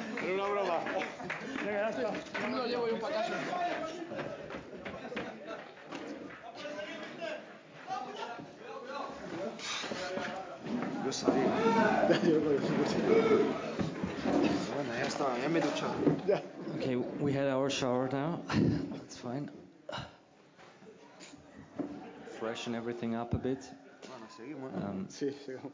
Era una broma. Venga, ya está. Yo me lo llevo yo para casa. Yo sabía. Bueno, ya está, ya me he duchado. Okay, we had our shower now. That's fine. Freshen everything up a bit. Bueno, seguimos. Sí, sigamos.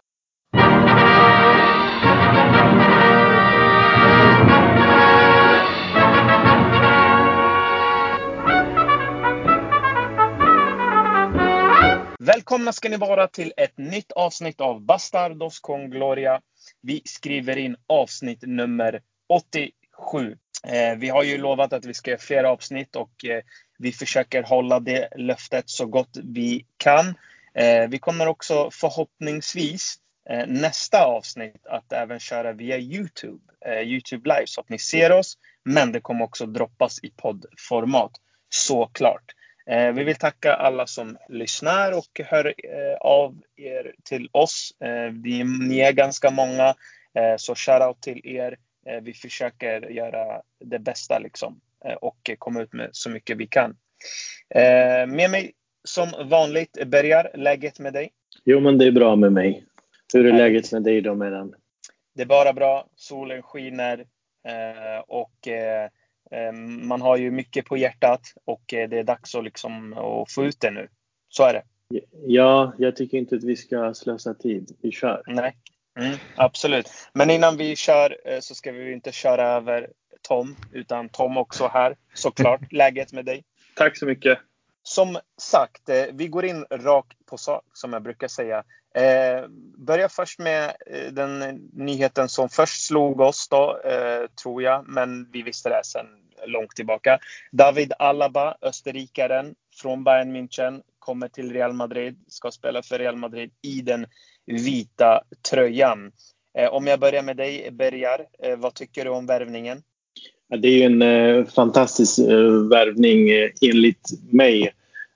Välkomna ska ni vara till ett nytt avsnitt av Bastardos con Gloria. Vi skriver in avsnitt nummer 87. Vi har ju lovat att vi ska göra fler avsnitt och vi försöker hålla det löftet så gott vi kan. Vi kommer också förhoppningsvis nästa avsnitt att även köra via YouTube Live så att ni ser oss. Men det kommer också droppas i poddformat, såklart. Vi vill tacka alla som lyssnar och hör av er till oss. Ni är ganska många, så shoutout till er. Vi försöker göra det bästa liksom, och komma ut med så mycket vi kan. Med mig som vanligt börjar läget med dig. Jo, men det är bra med mig. Hur är läget med dig då, Meran? Det är bara bra, solen skiner och man har ju mycket på hjärtat och det är dags att, liksom, att få ut det nu. Så är det. Ja, jag tycker inte att vi ska slösa tid. Vi kör. Nej, absolut. Men innan vi kör så ska vi inte köra över Tom, utan Tom också här. Såklart, läget med dig. Tack så mycket. Som sagt, vi går in rakt på sak som jag brukar säga. Börja först med den nyheten som först slog oss då, tror jag. Men vi visste det sedan långt tillbaka. David Alaba, österrikaren från Bayern München, kommer till Real Madrid. Ska spela för Real Madrid i den vita tröjan. Om jag börjar med dig, Bergar, vad tycker du om värvningen? Ja, det är ju en fantastisk värvning enligt mig.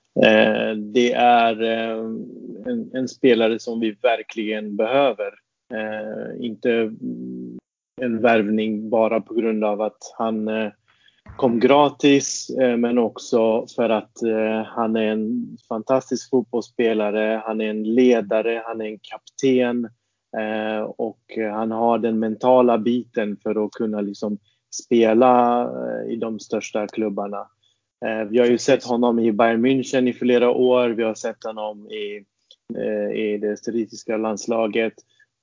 Det är en spelare som vi verkligen behöver. Inte en värvning bara på grund av att han kom gratis, men också för att han är en fantastisk fotbollsspelare. Han är en ledare, han är en kapten och han har den mentala biten för att kunna liksom spela i de största klubbarna. Vi har ju sett honom i Bayern München i flera år. Vi har sett honom i det österrikiska landslaget.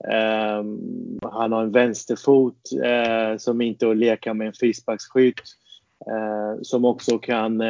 Han har en vänsterfot som inte är att leka med en frisparksskytt. Som också kan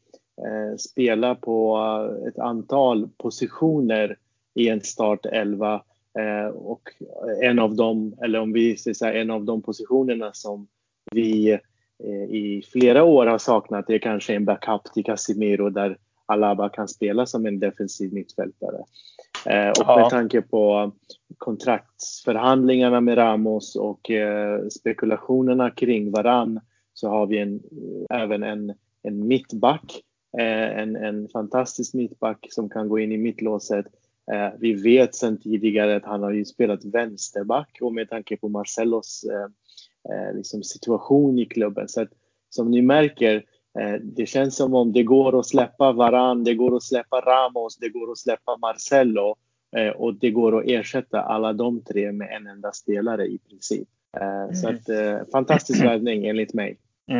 spela på ett antal positioner i en startelva. Och en av dem, eller om vi säger så här, en av de positionerna som vi i flera år har saknat, det är kanske en backup till Casemiro där Alaba kan spela som en defensiv mittfältare. Och med tanke på kontraktsförhandlingarna med Ramos och spekulationerna kring Varane, så har vi även en mittback, en fantastisk mittback som kan gå in i mittlåset. Vi vet sedan tidigare att han har ju spelat vänsterback, och med tanke på Marcelos liksom situation i klubben, så att, som ni märker, det känns som om det går att släppa Varane, det går att släppa Ramos, det går att släppa Marcelo, och det går att ersätta alla de tre med en enda spelare i princip. Så att fantastisk värvning enligt mig.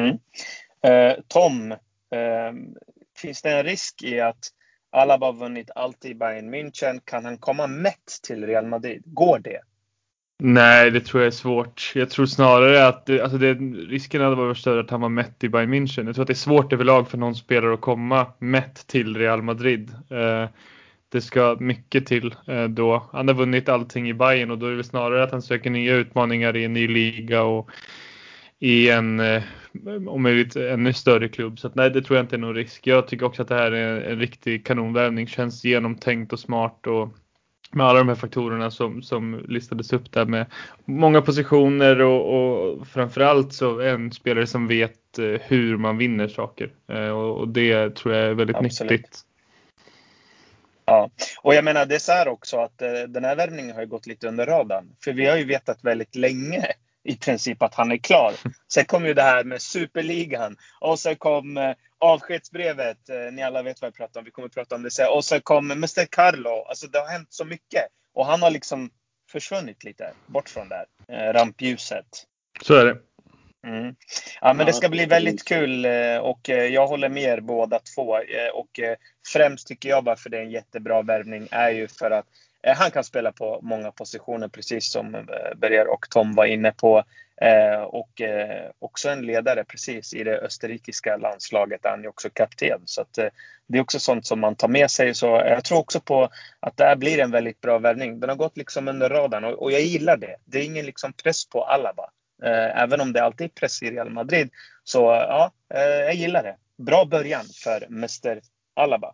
Tom, finns det en risk i att Alaba har vunnit allt i Bayern München? Kan han komma mätt till Real Madrid? Går det? Nej, det tror jag är svårt. Jag tror snarare att risken hade varit större att han var mätt i Bayern München. Jag tror att det är svårt överlag för någon spelare att komma mätt till Real Madrid. Det ska mycket till då. Han har vunnit allting i Bayern, och då är det snarare att han söker nya utmaningar i en ny liga och i en om möjligt ännu större klubb. Så att, nej, det tror jag inte är någon risk. Jag tycker också att det här är en riktig kanonvärvning. Känns genomtänkt och smart, och med alla de här faktorerna som listades upp där, med många positioner och framförallt så en spelare som vet hur man vinner saker. Och det tror jag är väldigt nyttigt. Ja, och jag menar det är så här också att den här värvningen har ju gått lite under radarn. För vi har ju vetat väldigt länge i princip att han är klar. Sen kom ju det här med Superligan. Och sen kom avskedsbrevet. Ni alla vet vad jag pratar om. Vi kommer att prata om det sen. Och sen kom Mr. Carlo. Alltså det har hänt så mycket. Och han har liksom försvunnit lite bort från det här rampljuset. Så är det. Ja, men det ska bli väldigt kul och jag håller med er båda två. Och främst tycker jag varför det är en jättebra värvning är ju för att han kan spela på många positioner, precis som Berger och Tom var inne på. Och också en ledare precis i det österrikiska landslaget. Han är också kapten. Så att, det är också sånt som man tar med sig. Så jag tror också på att det här blir en väldigt bra värvning. Den har gått liksom under radarn och jag gillar det. Det är ingen liksom press på Alaba. Även om det alltid är press i Real Madrid. Så ja, jag gillar det. Bra början för Mr. Alaba.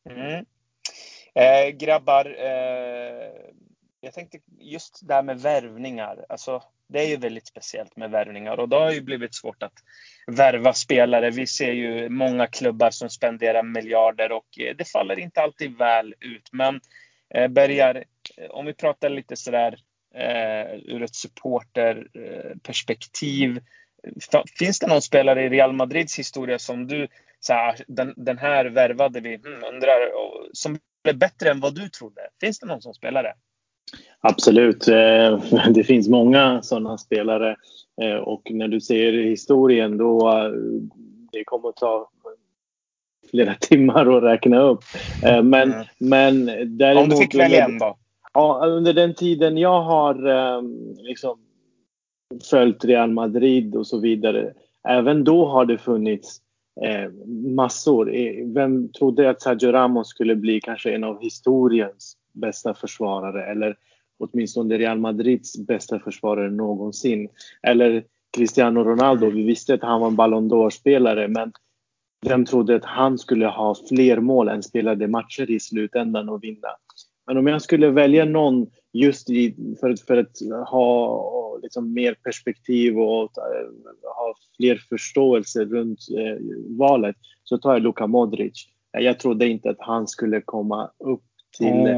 Grabbar, jag tänkte just där med värvningar. Alltså, det är ju väldigt speciellt med värvningar. Och det har ju blivit svårt att värva spelare. Vi ser ju många klubbar som spenderar miljarder. Och det faller inte alltid väl ut. Men Bergar, om vi pratar lite sådär ur ett supporterperspektiv. Finns det någon spelare i Real Madrids historia som du så här, den här värvade vi undrar, som blev bättre än vad du trodde? Finns det någon som spelare? Absolut. Det finns många sådana spelare. Och när du ser historien då det kommer att ta flera timmar att räkna upp. Men däremot, om du fick välja en då? Ja, under den tiden jag har liksom följt Real Madrid och så vidare. Även då har det funnits massor. Vem trodde att Sergio Ramos skulle bli kanske en av historiens bästa försvarare? Eller åtminstone Real Madrids bästa försvarare någonsin? Eller Cristiano Ronaldo. Vi visste att han var en Ballon d'Or-spelare. Men vem trodde att han skulle ha fler mål än spelade matcher i slutändan och vinna? Men om jag skulle välja någon just för att ha liksom mer perspektiv och ha fler förståelse runt valet, så tar jag Luka Modric. Jag trodde inte att han skulle komma upp till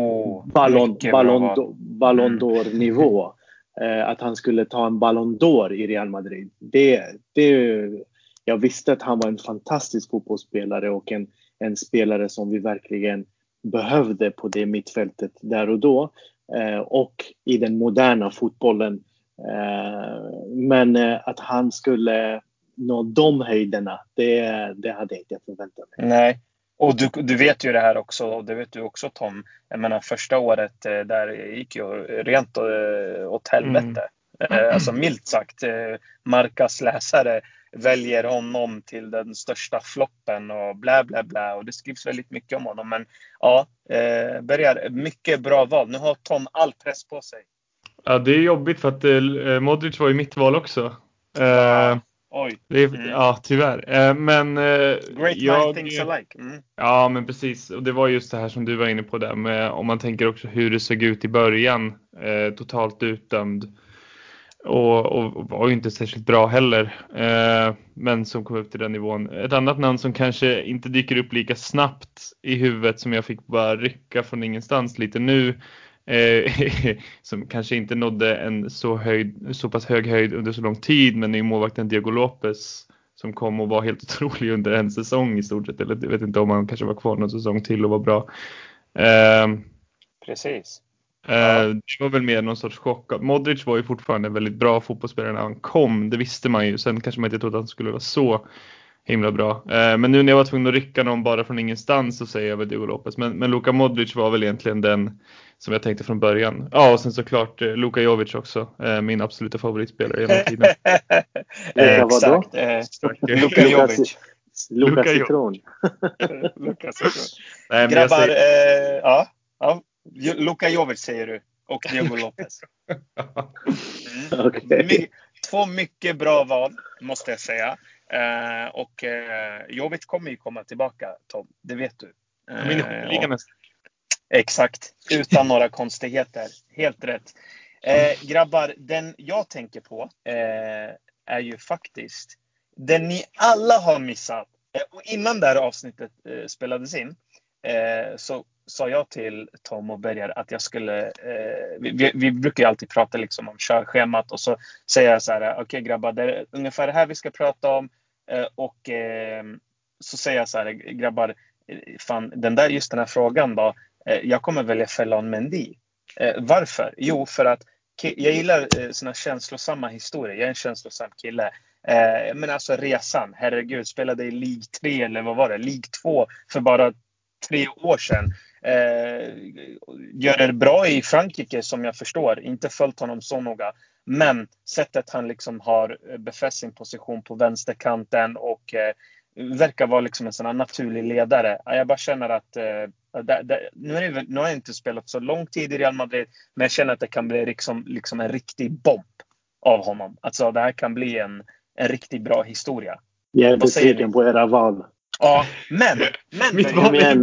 Ballon d'Or-nivå. Att han skulle ta en Ballon d'Or i Real Madrid. Jag visste att han var en fantastisk fotbollsspelare och en spelare som vi verkligen behövde på det mittfältet där och då och i den moderna fotbollen, men att han skulle nå de höjderna, det hade jag inte förväntat mig. Nej, och du vet ju det här också, och det vet du också Tom. Jag menar första året där gick ju rent åt helvete. Alltså milt sagt, Marcas läsare väljer honom till den största floppen och bla bla bla, och det skrivs väldigt mycket om honom. Men ja, börjar mycket bra val. Nu har Tom all press på sig. Ja, det är jobbigt för att Modric var ju mitt val också. Oj. Ja, tyvärr. Men great mind things alike. Ja, men precis. Och det var just det här som du var inne på där med, om man tänker också hur det såg ut i början, totalt utdömd. Och var ju inte särskilt bra heller. Men som kom upp till den nivån. Ett annat namn som kanske inte dyker upp lika snabbt i huvudet, som jag fick bara rycka från ingenstans lite nu. Som kanske inte nådde en så pass hög höjd under så lång tid. Men det är målvakten Diego Lopez som kom och var helt otrolig under en säsong i stort sett. Eller jag vet inte om han kanske var kvar någon säsong till och var bra. Precis. Det var väl mer någon sorts chock. Modric var ju fortfarande en väldigt bra fotbollsspelare när han kom. Det visste man ju. Sen kanske man inte trodde att han skulle vara så himla bra. Men nu när jag var tvungen att rycka någon bara från ingenstans, så säger jag väl Diego Lopez. Men Luka Modric var väl egentligen den som jag tänkte från början. Ja, och sen såklart Luka Jovic också. Min absoluta favoritspelare genom tiden. Exakt. Luka Jovic. Luka Citron. Luka Citron. Grabbar, ja. Luka Jovic säger du. Och Diego Lopez. Okay. Två mycket bra val, måste jag säga. Och Jovic kommer ju komma tillbaka, Tom. Det vet du. Exakt. Utan några konstigheter. Helt rätt. Grabbar, den jag tänker på är ju faktiskt den ni alla har missat. Och innan det här avsnittet spelades in, så sa jag till Tom och Berger att jag skulle, vi brukar ju alltid prata liksom om körschemat, och så säger jag så här: okej grabbar, det är ungefär det här vi ska prata om, och så säger jag så här: grabbar, fan, den här frågan då, jag kommer välja Ferland Mendy. Varför? Jo, för att jag gillar såna känslosamma historier. Jag är en känslosam kille. Men alltså resan, herregud, spelade i League 3 eller vad var det? League 2 för bara 3 år sedan. Gör det bra i Frankrike som jag förstår. Inte följt honom så noga. Men sättet han liksom har befäst sin position på vänsterkanten och verkar vara liksom en sån här naturlig ledare. Jag bara känner att nu har jag inte spelat så lång tid i Real Madrid, men jag känner att det kan bli liksom en riktig bomb av honom. Alltså det här kan bli en riktigt bra historia. Jag är besviken på era val. Ja, men Mitt val är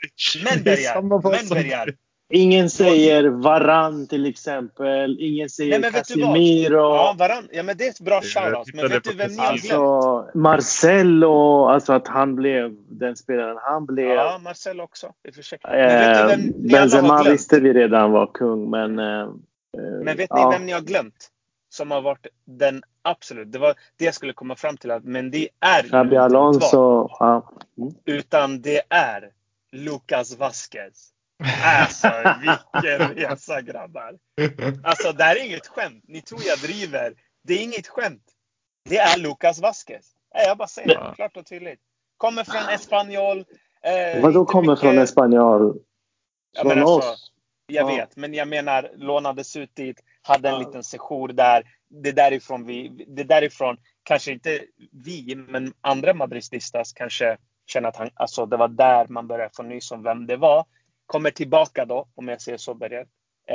Bergar. Ingen säger Varan till exempel. Ingen säger Casemiro. Ja, Varan. Ja, men det är ett bra shoutout. Men vet du vem ni har glömt? Alltså Marcelo, alltså att han blev den spelaren han blev. Ja, Marcelo också. Men vet du vem ni alla Benzema har glömt? visste vi redan var kung, men vet ni vem ni har glömt? Som har varit den absolut. Det var det jag skulle komma fram till, att men det är Xabi Alonso. Ja. Utan det är Lucas Vázquez. Alltså, vilken resa grabbar. Alltså, det här är inget skämt. Ni tror jag driver. Det är inget skämt. Det är Lucas Vázquez. Jag bara säger det, klart och tydligt. Kommer från Espanyol. Vadå kommer från Espanyol? Från oss? Jag vet, men jag menar lånades ut dit. Hade en liten sejour där. Det därifrån kanske inte vi, men andra madridistas kanske känner att alltså det var där man började få nys om vem det var. Kommer tillbaka då, om jag säger så, Berger.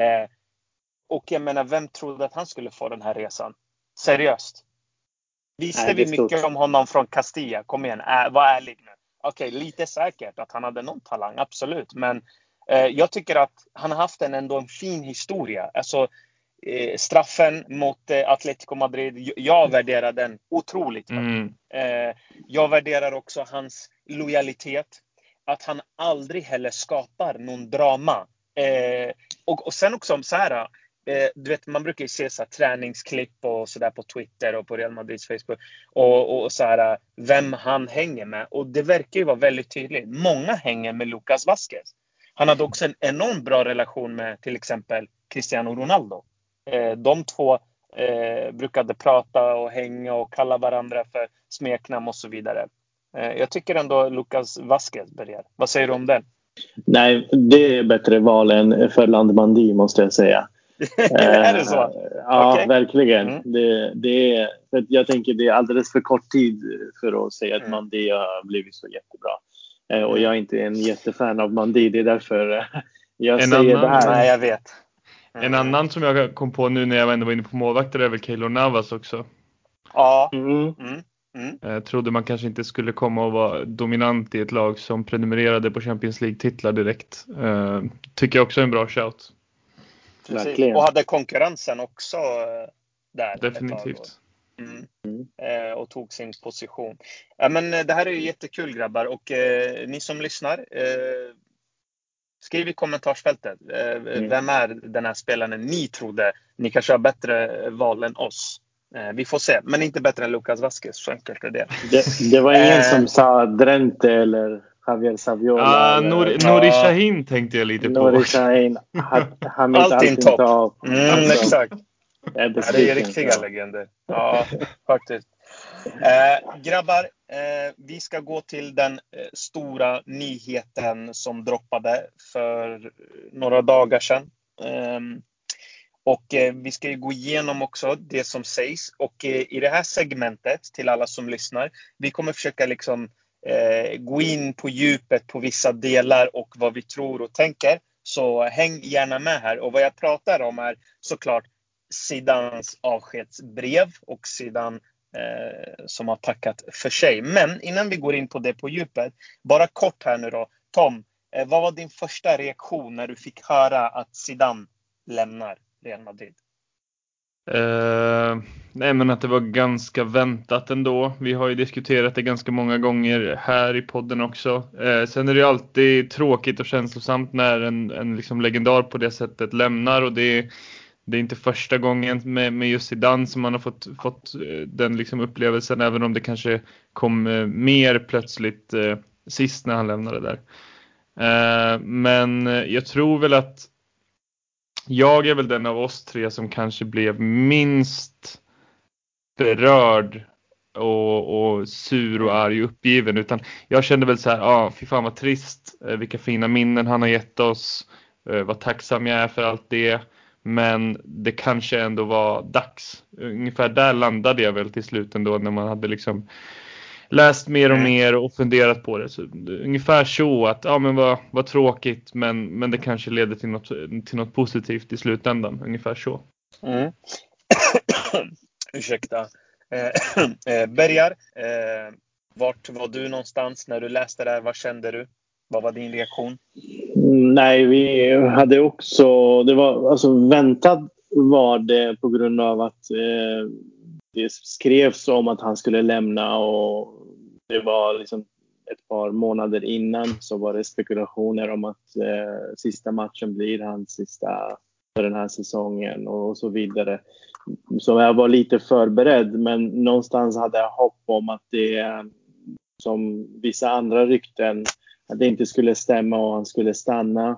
Och jag menar, vem trodde att han skulle få den här resan? Seriöst. Visste vi mycket om honom från Castilla? Kom igen, var ärlig nu. Okej, lite säkert att han hade någon talang, absolut. Men jag tycker att han har haft ändå en fin historia. Alltså straffen mot Atletico Madrid, jag värderar den otroligt högt. Jag värderar också hans lojalitet. Att han aldrig heller skapar någon drama. Och sen också så här, du vet, man brukar ju se så här träningsklipp och så där på Twitter och på Real Madrids Facebook och så här, vem han hänger med, och det verkar ju vara väldigt tydligt. Många hänger med Lucas Vázquez. Han hade också en enormt bra relation med till exempel Cristiano Ronaldo. De två brukade prata och hänga och kalla varandra för smeknamn och så vidare. Jag tycker ändå Lucas Vázquez börjar. Vad säger du om den? Nej, det är bättre val än Ferland Mendy, måste jag säga. Är det så? Ja, Okay. Verkligen. Det är, för jag tänker det är alldeles för kort tid för att säga att Mendy har blivit så jättebra. Och jag är inte en jättefan av Mendy, det är därför jag säger det här. Nej, jag vet. En annan som jag kom på nu när jag ändå var inne på målvakter är väl Keylor Navas också. Ja. Jag trodde man kanske inte skulle komma och vara dominant i ett lag som prenumererade på Champions League-titlar direkt. Tycker jag också är en bra shout. Verkligen. Och hade konkurrensen också där. Definitivt. Och tog sin position. Ja, men det här är ju jättekul grabbar, och ni som lyssnar, skriv i kommentarsfältet. Vem är den här spelaren ni trodde? Ni kanske har bättre val än oss. Vi får se, men inte bättre än Lucas Vázquez, så enkelt är det. Det var ingen som sa Drente eller Javier Saviola. Nuri Sahin tänkte jag lite på. Nuri Sahin. Allting topp. Exakt. Det är riktiga legender. Ja, faktiskt. Grabbar, vi ska gå till den stora nyheten som droppade för några dagar sedan. Och vi ska ju gå igenom också det som sägs. Och i det här segmentet, till alla som lyssnar, vi kommer försöka liksom gå in på djupet på vissa delar och vad vi tror och tänker. Så häng gärna med här. Och vad jag pratar om är såklart Zidans avskedsbrev och Zidane som har tackat för sig. Men innan vi går in på det på djupet, bara kort här nu då. Tom, vad var din första reaktion när du fick höra att Zidane lämnar Real Madrid? Nej, men att det var ganska väntat ändå. Vi har ju diskuterat det ganska många gånger här i podden också. Sen är det ju alltid tråkigt och känslosamt när en liksom legendar på det sättet lämnar. Och det är inte första gången med just Zidane som man har fått den liksom upplevelsen. Även om det kanske kom mer plötsligt sist när han lämnade där. Men jag tror väl att jag är väl den av oss tre som kanske blev minst berörd och sur och arg och uppgiven. Utan jag kände väl så här, fy fan vad trist, vilka fina minnen han har gett oss, vad tacksam jag är för allt det. Men det kanske ändå var dags. Ungefär där landade jag väl till slut ändå, när man hade liksom läst mer och mer och funderat på det. Så, ungefär så att men vad tråkigt, men det kanske leder till något positivt i slutändan. Ungefär så. Ursäkta. Bergar, vart var du någonstans när du läste det här? Vad kände du? Vad var din reaktion? Nej, vi hade också, det var alltså väntat var det på grund av att det skrevs om att han skulle lämna, och det var liksom ett par månader innan så var det spekulationer om att sista matchen blir hans sista för den här säsongen och så vidare. Så jag var lite förberedd, men någonstans hade jag hopp om att det, som vissa andra rykten, att det inte skulle stämma och han skulle stanna.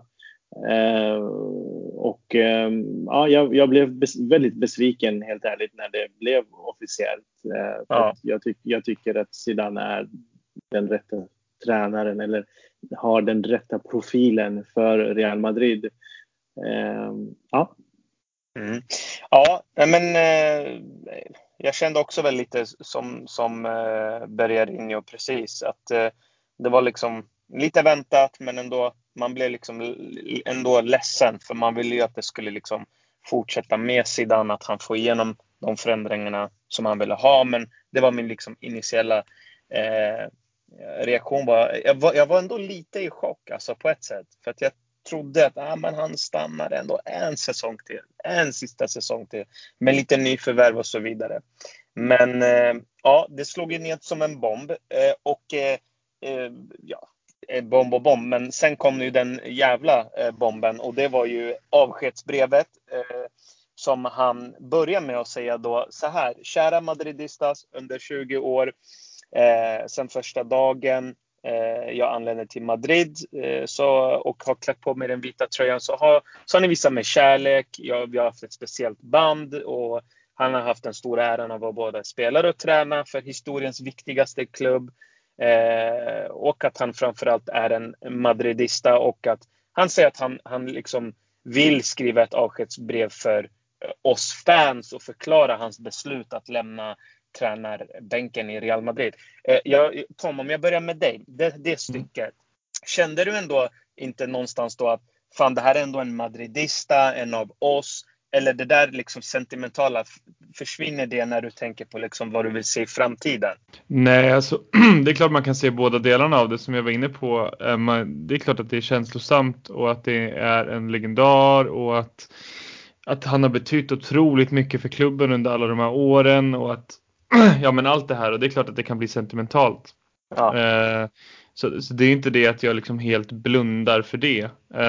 Jag blev väldigt besviken, helt ärligt, när det blev officiellt. Jag tycker att Zidane är den rätta tränaren, eller har den rätta profilen för Real Madrid. Jag kände också väl lite som Bergarinho precis, att det var liksom lite väntat, men ändå man blev liksom ändå ledsen, för man ville ju att det skulle liksom fortsätta med Zidane, att han får igenom de förändringarna som han ville ha. Men det var min liksom initiala reaktion. Jag var ändå lite i chock, alltså, på ett sätt, för att jag trodde att men han stannar ändå en säsong till, en sista säsong till, med lite nyförvärv och så vidare. Men det slog ju ner som en bomb, bomb och bomb. Men sen kom ju den jävla bomben, och det var ju avskedsbrevet som han började med att säga då så här: kära madridistas, under 20 år sen första dagen jag anlände till Madrid och har klätt på mig den vita tröjan, så har ni visat mig kärlek. Vi har haft ett speciellt band, och han har haft den stora äran av att både spela och träna för historiens viktigaste klubb. Och att han framförallt är en madridista, och att han säger att han liksom vill skriva ett avskedsbrev för oss fans och förklara hans beslut att lämna tränarbänken i Real Madrid. Tom, om jag börjar med dig, det stycket, kände du ändå inte någonstans då att fan, det här är ändå en madridista, en av oss? Eller det där liksom sentimentala, försvinner det när du tänker på liksom vad du vill se i framtiden? Nej, alltså det är klart man kan se båda delarna av det, som jag var inne på. Det är klart att det är känslosamt, och att det är en legendar, och att han har betytt otroligt mycket för klubben under alla de här åren, och att allt det här, och det är klart att det kan bli sentimentalt. Så det är inte det att jag liksom helt blundar för det.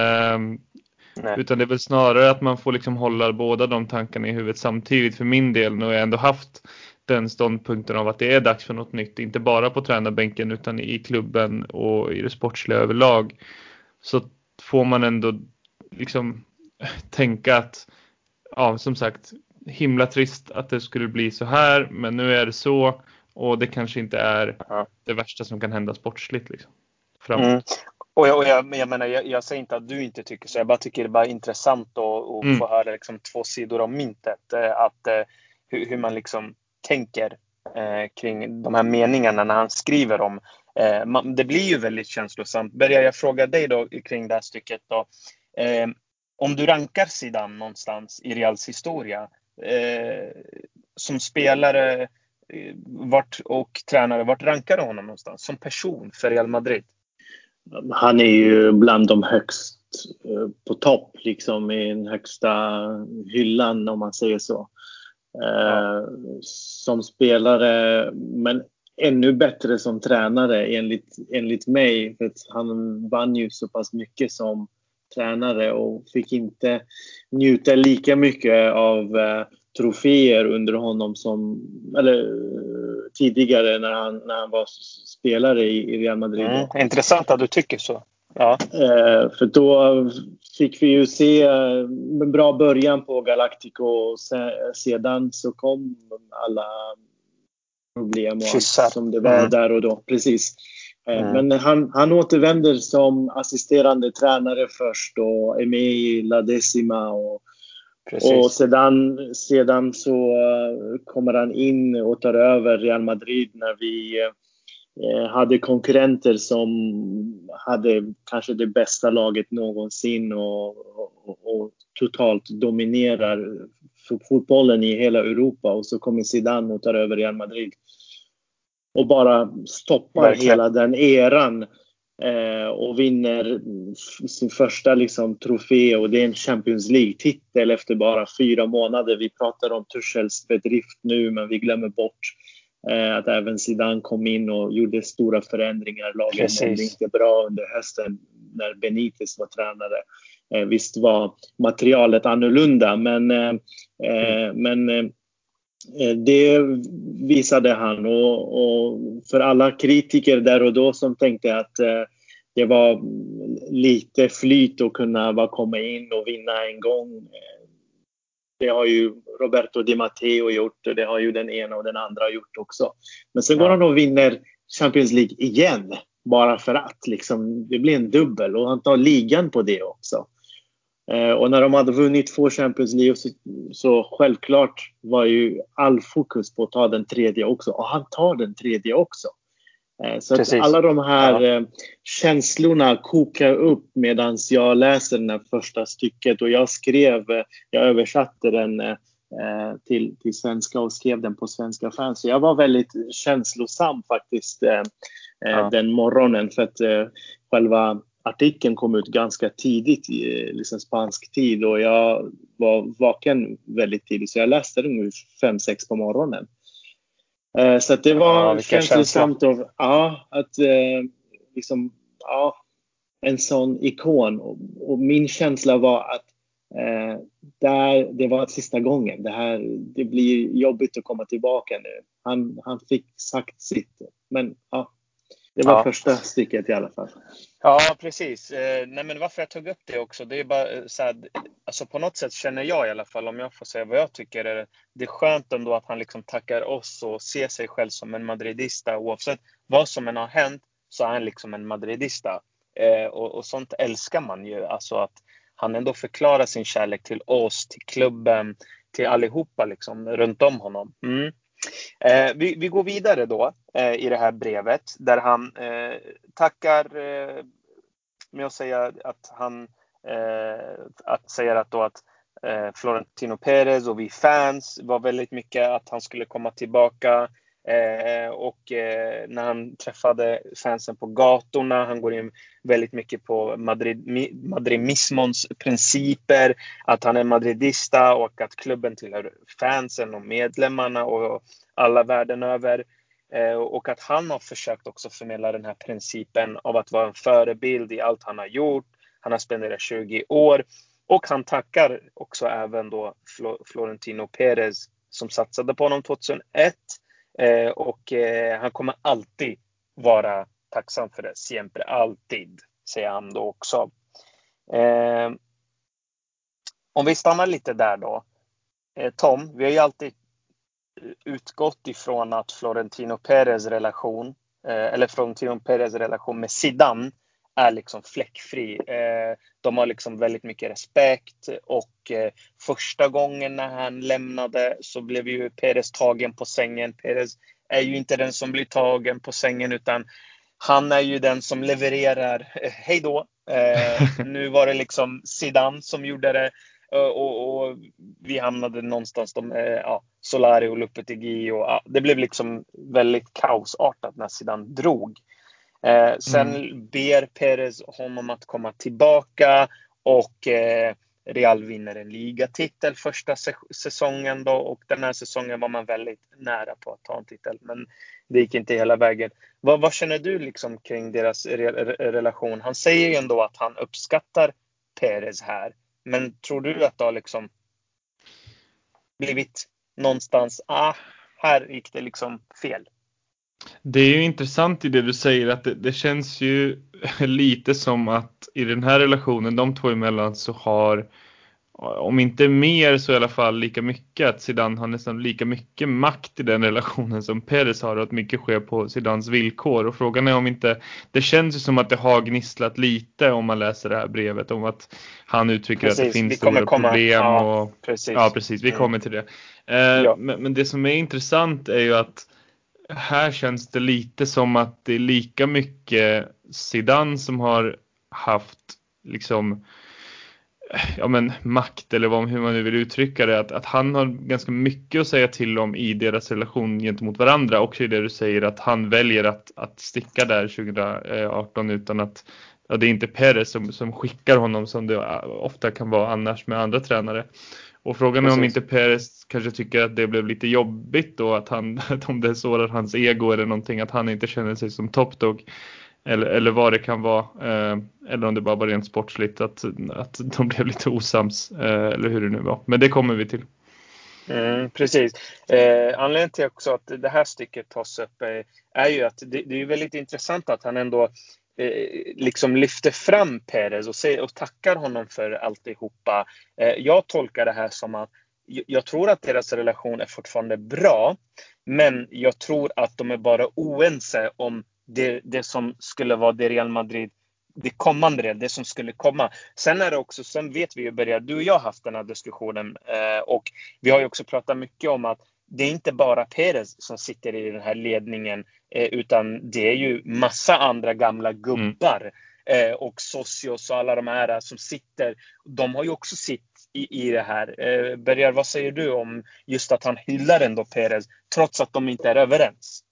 Utan det är väl snarare att man får liksom hålla båda de tankarna i huvudet samtidigt. För min del, nu har jag ändå haft den ståndpunkten av att det är dags för något nytt, inte bara på tränarbänken utan i klubben och i det sportsliga överlag. Så får man ändå liksom tänka att, som sagt, himla trist att det skulle bli så här, men nu är det så, och det kanske inte är det värsta som kan hända sportsligt liksom. Och jag menar, jag säger inte att du inte tycker så. Jag bara tycker det är bara intressant att få höra liksom två sidor av myntet. Hur man liksom tänker kring de här meningarna när han skriver om. Det blir ju väldigt känslosamt. Jag frågar dig då kring det här stycket då. Om du rankar Zidane någonstans i Reals historia som spelare och tränare, vart rankar du honom någonstans som person för Real Madrid? Han är ju bland de högst på topp, liksom i den högsta hyllan, om man säger så. som spelare, men ännu bättre som tränare enligt mig. För att han vann ju så pass mycket som tränare och fick inte njuta lika mycket av troféer under honom tidigare när han var spelare i Real Madrid. Intressant att du tycker så. Ja. För då fick vi ju se en bra början på Galactico och sedan så kom alla problem och allt som det var där och då. Precis. Men han återvänder som assisterande tränare först och är med i La Decima och sedan så kommer han in och tar över Real Madrid när vi hade konkurrenter som hade kanske det bästa laget någonsin och totalt dominerar fotbollen i hela Europa, och så kommer Zidane och tar över Real Madrid och bara stoppar hela den eran och vinner sin första trofé, och det är en Champions League-titel efter bara 4 månader. Vi pratar om Tuchels bedrift nu, men vi glömmer bort att även Zidane kom in och gjorde stora förändringar. Laget mådde inte bra under hösten när Benitez var tränare. Visst var materialet annorlunda, men det visade han, och för alla kritiker där och då som tänkte att det var lite flyt att kunna komma in och vinna en gång. Det har ju Roberto Di Matteo gjort, och det har ju den ena och den andra gjort också. Men sen går han och vinner Champions League igen, bara för att det blir en dubbel, och han tar ligan på det också. Och när de hade vunnit 2 Champions League så självklart var ju all fokus på att ta den tredje också. Och han tar den tredje också. Så att alla de här känslorna kokar upp medan jag läser den här första stycket. Och jag översatte den till svenska och skrev den på Svenska Fans. Så jag var väldigt känslosam faktiskt den morgonen, för att själva artikeln kom ut ganska tidigt i spansk tid, och jag var vaken väldigt tidigt, så jag läste den 5-6 på morgonen. Så att det var känslosamt att en sån ikon, och min känsla var att det var sista gången. Det blir jobbigt att komma tillbaka nu. Han fick sagt sitt, men det var första stycket i alla fall. Ja, precis. Nej, men varför jag tog upp det också, det är bara så här, alltså på något sätt känner jag i alla fall, om jag får säga vad jag tycker, det är skönt ändå att han tackar oss och ser sig själv som en madridista. Oavsett vad som än har hänt så är han en madridista. Och sånt älskar man ju. Alltså att han ändå förklarar sin kärlek till oss, till klubben, till allihopa runt om honom. Vi går vidare då i det här brevet, där han tackar med att säga att han säger att Florentino Perez och vi fans var väldigt mycket att han skulle komma tillbaka, och när han träffade fansen på gatorna, han går in väldigt mycket på madridismons principer, att han är madridista och att klubben tillhör fansen och medlemmarna och alla världen över, och att han har försökt också förmedla den här principen av att vara en förebild i allt han har gjort. Han har spenderat 20 år, och han tackar också även då Florentino Perez som satsade på honom 2001. Och han kommer alltid vara tacksam för det. Siempre, alltid, säger han då också. Om vi stannar lite där då. Tom, vi har ju alltid utgått ifrån att Florentino Perez relation med Zidane är fläckfri. De har väldigt mycket respekt, och första gången när han lämnade så blev ju Perez tagen på sängen. Perez är ju inte den som blir tagen på sängen, utan han är ju den som levererar hej då. Nu var det Zidane som gjorde det, och vi hamnade någonstans Solari och Lopetegui, och det blev väldigt kaosartat när Zidane drog. Sen ber Perez honom att komma tillbaka, och Real vinner en ligatitel första säsongen då, och den här säsongen var man väldigt nära på att ta en titel, men det gick inte hela vägen. Vad känner du liksom kring deras relation? Han säger ju ändå att han uppskattar Perez här, men tror du att det har liksom blivit någonstans, här gick det liksom fel? Det är ju intressant i det du säger, att det känns ju lite som att i den här relationen, de två emellan, så har, om inte mer så i alla fall lika mycket, att Zidane har nästan lika mycket makt i den relationen som Perez har, och att mycket sker på Zidanes villkor. Och frågan är om inte, det känns ju som att det har gnisslat lite om man läser det här brevet, om att han uttrycker att det finns stora problem. Precis, vi kommer till det. Men det som är intressant är ju att här känns det lite som att det är lika mycket Zidane som har haft liksom, makt, eller hur man nu vill uttrycka det, att han har ganska mycket att säga till om i deras relation gentemot varandra. Också i det du säger, att han väljer att sticka där 2018 utan att, det är inte Perez som skickar honom som det ofta kan vara annars med andra tränare. Och frågan är om inte Perez kanske tycker att det blev lite jobbigt då, att om det sårar hans ego eller någonting, att han inte känner sig som top dog, eller vad det kan vara, eller om det bara var rent sportsligt att de blev lite osams, eller hur det nu var. Men det kommer vi till. Precis. Anledningen till också att det här stycket tas upp är ju att det är väldigt intressant att han ändå liksom lyfter fram Perez och tackar honom för alltihopa. Jag tolkar det här som att jag tror att deras relation är fortfarande bra, men jag tror att de är bara oense om det som skulle vara det Real Madrid, det kommande, det som skulle komma. Sen är det också, sen vet vi ju, du och jag har haft den här diskussionen, och vi har ju också pratat mycket om att det är inte bara Perez som sitter i den här ledningen, utan det är ju massa andra gamla gubbar och socios och alla de här som sitter. De har ju också sitt i det här. Berger, vad säger du om just att han hyllar ändå Perez trots att de inte är överens?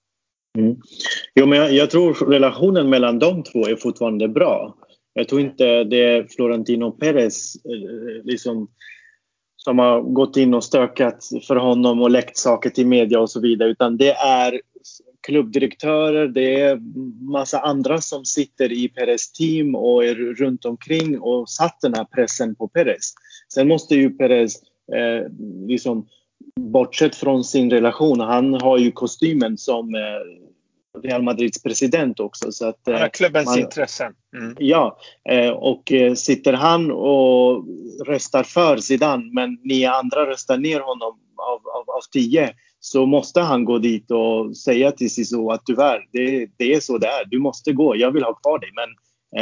Jo, men jag tror relationen mellan de två är fortfarande bra. Jag tror inte det är Florentino Perez liksom, som har gått in och stökat för honom och läckt saker till media och så vidare, utan det är klubbdirektörer, det är massa andra som sitter i Perez team och är runt omkring och satt den här pressen på Perez. Sen måste ju Perez liksom, bortsett från sin relation, han har ju kostymen som Real Madrids president också, så att han har klubbens intressen. Ja, och sitter han och röstar för Zidane, men ni andra röstar ner honom av 10, så måste han gå dit och säga till Siso att tyvärr, det är så det är, du måste gå, jag vill ha kvar dig, men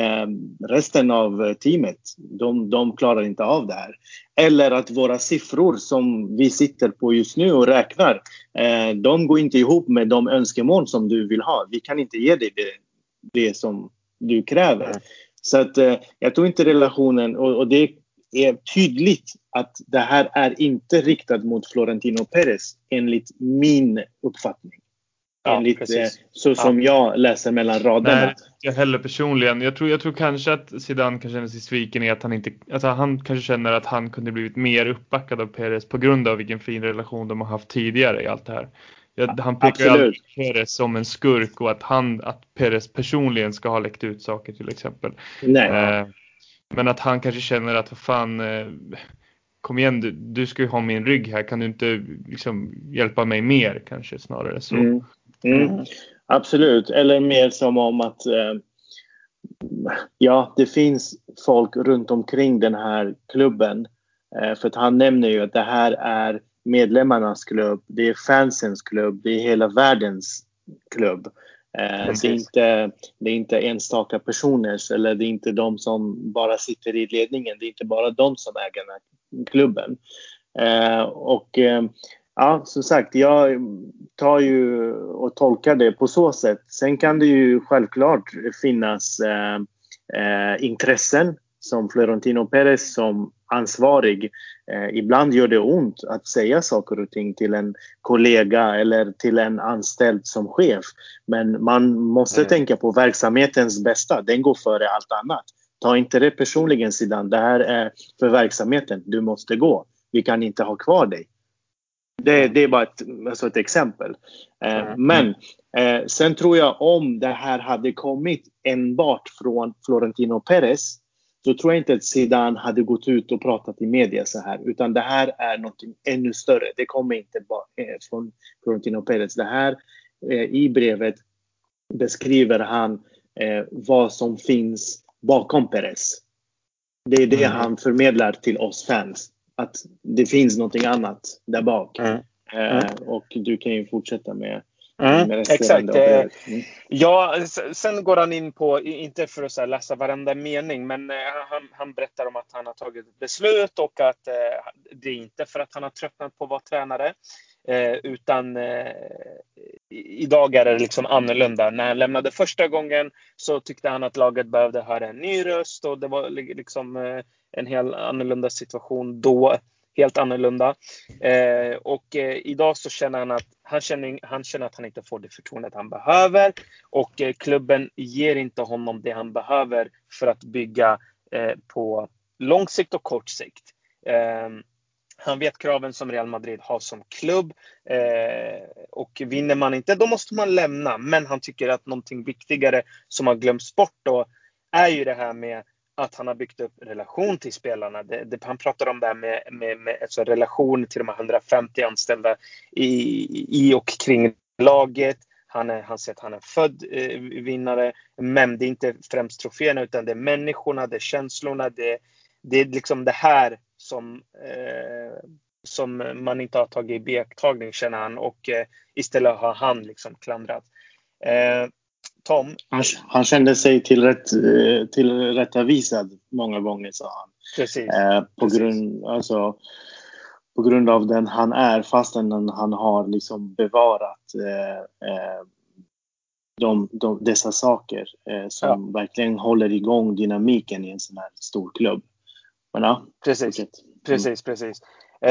resten av teamet, de klarar inte av det här. Eller att våra siffror som vi sitter på just nu och räknar, de går inte ihop med de önskemål som du vill ha. Vi kan inte ge dig det som du kräver. Så att jag tror inte relationen, och det är tydligt att det här är inte riktat mot Florentino Perez enligt min uppfattning. Som jag läser mellan raderna. Nej, jag heller personligen. Jag tror kanske att Zidane kan känna sig sviken i att han inte, alltså han kanske känner att han kunde blivit mer uppbackad av Perez på grund av vilken fin relation de har haft tidigare i allt det här. Han pekar ju alltid Perez som en skurk, och att Perez personligen ska ha läckt ut saker till exempel. Men att han kanske känner att fan, kom igen, du ska ju ha min rygg här, kan du inte liksom hjälpa mig mer, kanske snarare så. Absolut, eller mer som om att det finns folk runt omkring den här klubben, för att han nämner ju att det här är medlemmarnas klubb, det är fansens klubb, det är hela världens klubb. Det är inte enstaka personers, eller det är inte de som bara sitter i ledningen, det är inte bara de som äger den här klubben. Som sagt, jag tar ju och tolkar det på så sätt. Sen kan det ju självklart finnas intressen som Florentino Perez som ansvarig. Ibland gör det ont att säga saker och ting till en kollega eller till en anställd som chef. Men man måste tänka på verksamhetens bästa. Den går före allt annat. Ta inte det personligen Zidane. Det här är för verksamheten. Du måste gå. Vi kan inte ha kvar dig. Det är bara ett exempel. Men sen tror jag om det här hade kommit enbart från Florentino Perez, så tror jag inte att Zidane hade gått ut och pratat i media så här. Utan det här är något ännu större. Det kommer inte bara från Florentino Perez. Det här i brevet beskriver han vad som finns bakom Perez. Det är det han förmedlar till oss fans. Att det finns någonting annat där bak. Och du kan ju fortsätta med exakt. Ja, sen går han in på, inte för att så här läsa varenda mening, men han berättar om att han har tagit ett beslut och att det är inte för att han har tröttnat på att vara tränare. Utan idag är det liksom annorlunda. När han lämnade första gången så tyckte han att laget behövde höra en ny röst, och det var liksom en helt annorlunda situation då, helt annorlunda. Och idag så känner han att han känner att han inte får det förtroendet han behöver, och klubben ger inte honom det han behöver för att bygga på lång sikt och kort sikt. Han vet kraven som Real Madrid har som klubb, och vinner man inte, då måste man lämna. Men han tycker att någonting viktigare som har glömts bort då är ju det här med att han har byggt upp relation till spelarna. Han pratar om det här med alltså relation till de här 150 anställda i och kring laget. Han säger att han är född vinnare, men det är inte främst troféerna, utan det är människorna, det är känslorna, det är liksom det här som man inte har tagit i beaktagning, känner han, och istället har han liksom klandrat. Tom? Han kände sig tillrättavisad många gånger, sa han. Precis. På grund av den han är, fastän han har liksom bevarat dessa saker som verkligen håller igång dynamiken i en sån här stor klubb. Men ja, precis.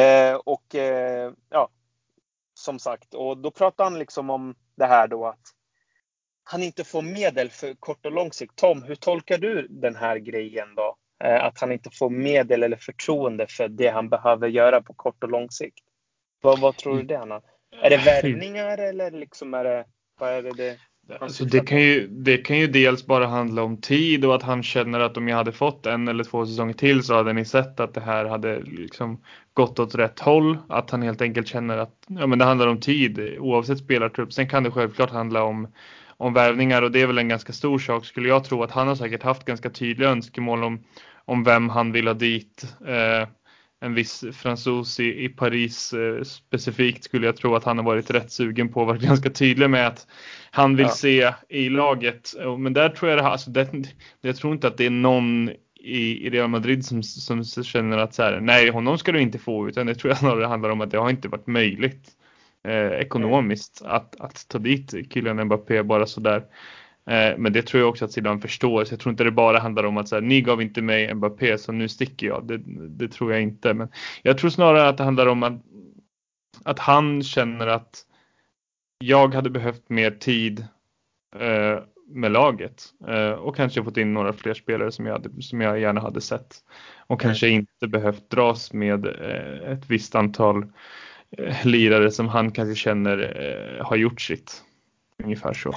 Som sagt, och då pratar han liksom om det här då att han inte får medel för kort och lång sikt. Tom, hur tolkar du den här grejen då? Att han inte får medel eller förtroende för det han behöver göra på kort och lång sikt. Vad tror du det, Anna? Är det värvningar eller liksom vad är det? Alltså det kan ju dels bara handla om tid, och att han känner att om jag hade fått 1 eller 2 säsonger till så hade ni sett att det här hade liksom gått åt rätt håll. Att han helt enkelt känner att men det handlar om tid oavsett spelartrupp. Sen kan det självklart handla om värvningar, och det är väl en ganska stor sak, skulle jag tro. Att han har säkert haft ganska tydliga önskemål om vem han vill ha dit. En viss fransos i Paris specifikt skulle jag tro att han har varit rätt sugen på, varit ganska tydlig med att han vill se i laget. Men där tror jag jag tror inte att det är någon i Real Madrid som känner att så här, nej, honom ska du inte få, utan det tror jag snarare handlar om att det har inte varit möjligt ekonomiskt att ta dit Kylian Mbappé bara sådär. Men det tror jag också att Zidane förstår. Så jag tror inte det bara handlar om att så här, ni gav inte mig Mbappé så nu sticker jag. Det tror jag inte. Men jag tror snarare att det handlar om att han känner att jag hade behövt mer tid med laget. Och kanske fått in några fler spelare som jag gärna hade sett. Och kanske inte behövt dras med ett visst antal lirare som han kanske känner har gjort sitt. Ungefär så.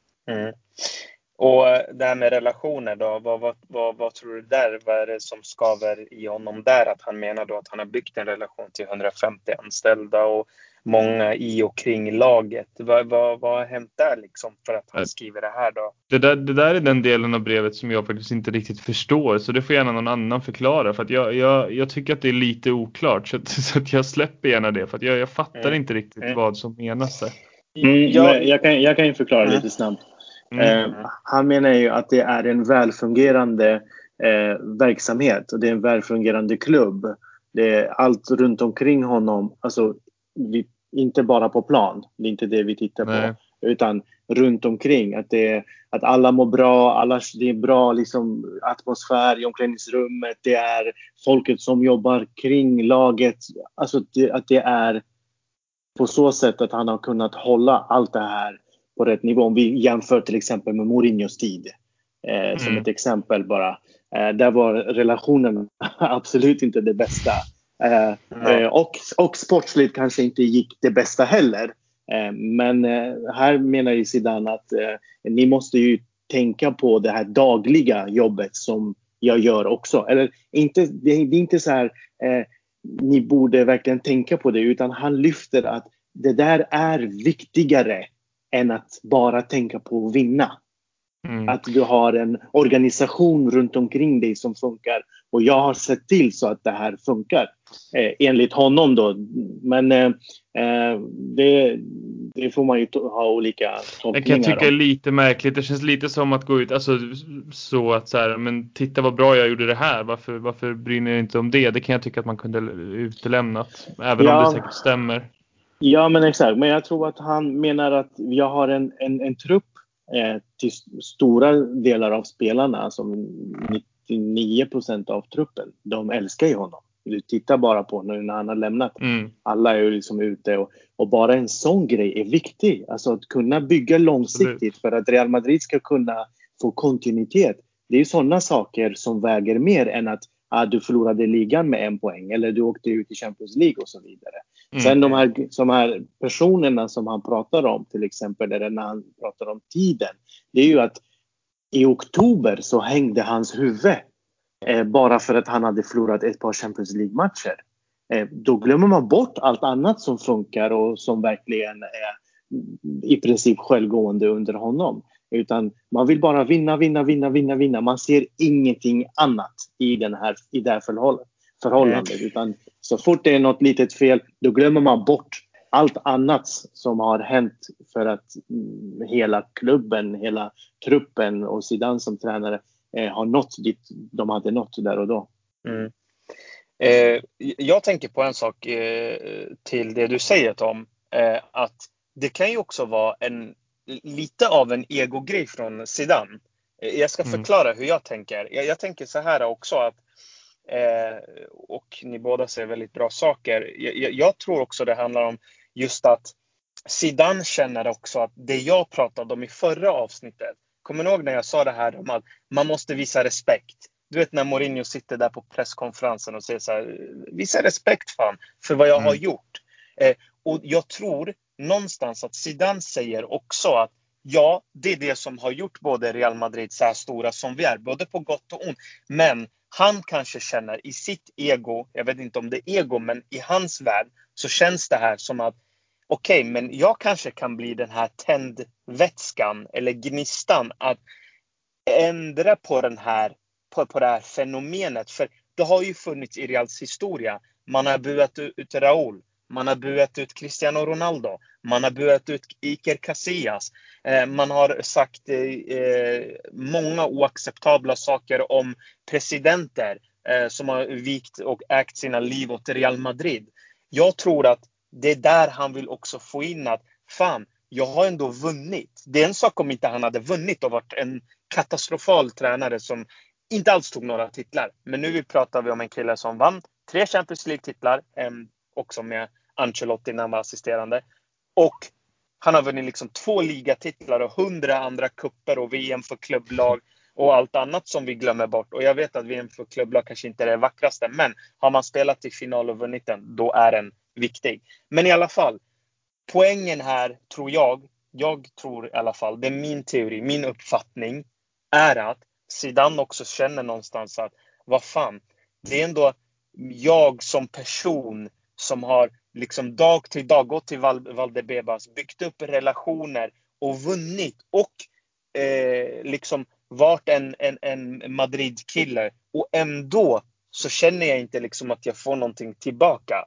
Och det här med relationer då, vad tror du där? Vad är det som skaver i honom där? Att han menar då att han har byggt en relation till 150 anställda och många i och kring laget. Vad har hänt där liksom för att han skriver det här då? Det där är den delen av brevet som jag faktiskt inte riktigt förstår. Så det får gärna någon annan förklara. För att jag tycker att det är lite oklart. Så att jag släpper gärna det. För att jag fattar inte riktigt vad som menas där. Jag kan ju förklara lite snabbt. Han menar ju att det är en välfungerande verksamhet och det är en välfungerande klubb. Det är allt runt omkring honom, alltså inte bara på plan, det är inte det vi tittar på, utan runt omkring, att alla mår bra, det är bra liksom atmosfär i omklädningsrummet, det är folket som jobbar kring laget, alltså att det är på så sätt att han har kunnat hålla allt det här på rätt nivå. Om vi jämför till exempel med Mourinhos tid som ett exempel bara. Där var relationen absolut inte det bästa. Och sportsligt kanske inte gick det bästa heller. Men här menar ju Zidane att ni måste ju tänka på det här dagliga jobbet som jag gör också. Eller inte, det är inte så här ni borde verkligen tänka på det, utan han lyfter att det där är viktigare än att bara tänka på att vinna. Att du har en organisation runt omkring dig som funkar. Och jag har sett till så att det här funkar. Enligt honom då. Men det får man ju ha olika tolkningar. Jag kan tycka är lite märkligt. Det känns lite som att gå ut. Alltså så att så här. Men titta vad bra jag gjorde det här. Varför bryr ni inte om det? Det kan jag tycka att man kunde utelämnat. Även om det säkert stämmer. Ja, men exakt. Men jag tror att han menar att jag har en trupp till stora delar av spelarna, som 99% av truppen, de älskar ju honom. Du tittar bara på nu när han har lämnat. Alla är ju liksom ute och bara en sån grej är viktig. Alltså att kunna bygga långsiktigt för att Real Madrid ska kunna få kontinuitet. Det är ju sådana saker som väger mer än att du förlorade ligan med 1 poäng eller du åkte ut i Champions League och så vidare. Sen de här personerna som han pratar om, till exempel eller när han pratar om tiden, det är ju att i oktober så hängde hans huvud bara för att han hade förlorat ett par Champions League-matcher. Då glömmer man bort allt annat som funkar och som verkligen är i princip självgående under honom. Utan man vill bara vinna. Man ser ingenting annat i det här förhållandet. Utan så fort det är något litet fel, då glömmer man bort allt annat som har hänt för att hela klubben, hela truppen och Zidane som tränare har nått dit de hade nått där och då. Jag tänker på en sak till det du säger, Tom. Att det kan ju också vara lite av en egogrej från Zidane. Jag ska förklara hur jag tänker. Jag tänker så här också att och ni båda säger väldigt bra saker. Jag tror också det handlar om just att Zidane känner också att det jag pratade om i förra avsnittet. Kommer ni ihåg när jag sa det här om att man måste visa respekt? Du vet när Mourinho sitter där på presskonferensen och säger så här: visa respekt fan för vad jag har gjort. Och jag tror någonstans att Zidane säger också att ja, det är det som har gjort både Real Madrid så här stora som vi är, både på gott och ont. Men han kanske känner i sitt ego, jag vet inte om det är ego, men i hans värld så känns det här som att okej, men jag kanske kan bli den här tändvätskan eller gnistan att ändra på den här på det här fenomenet. För det har ju funnits i Reals historia. Man har buat ut Raúl. Man har buat ut Cristiano Ronaldo. Man har buat ut Iker Casillas. Man har sagt många oacceptabla saker om presidenter som har vikt och ägt sina liv åt Real Madrid. Jag tror att det är där han vill också få in att fan, jag har ändå vunnit. Det är en sak om inte han hade vunnit och varit en katastrofal tränare som inte alls tog några titlar. Men nu pratar vi om en kille som vann 3 Champions League-titlar. Också med Ancelotti när han var assisterande. Och han har vunnit liksom 2 ligatitlar och 100 andra kupper och VM för klubblag och allt annat som vi glömmer bort. Och jag vet att VM för klubblag kanske inte är det vackraste. Men har man spelat i final och vunnit den, då är den viktig. Men i alla fall, poängen här tror jag tror i alla fall, det är min teori, min uppfattning är att Zidane också känner någonstans att vad fan, det är ändå jag som person som har liksom dag till dag gått till Valdebebas, byggt upp relationer och vunnit och liksom varit en Madrid-kille och ändå så känner jag inte liksom att jag får någonting tillbaka.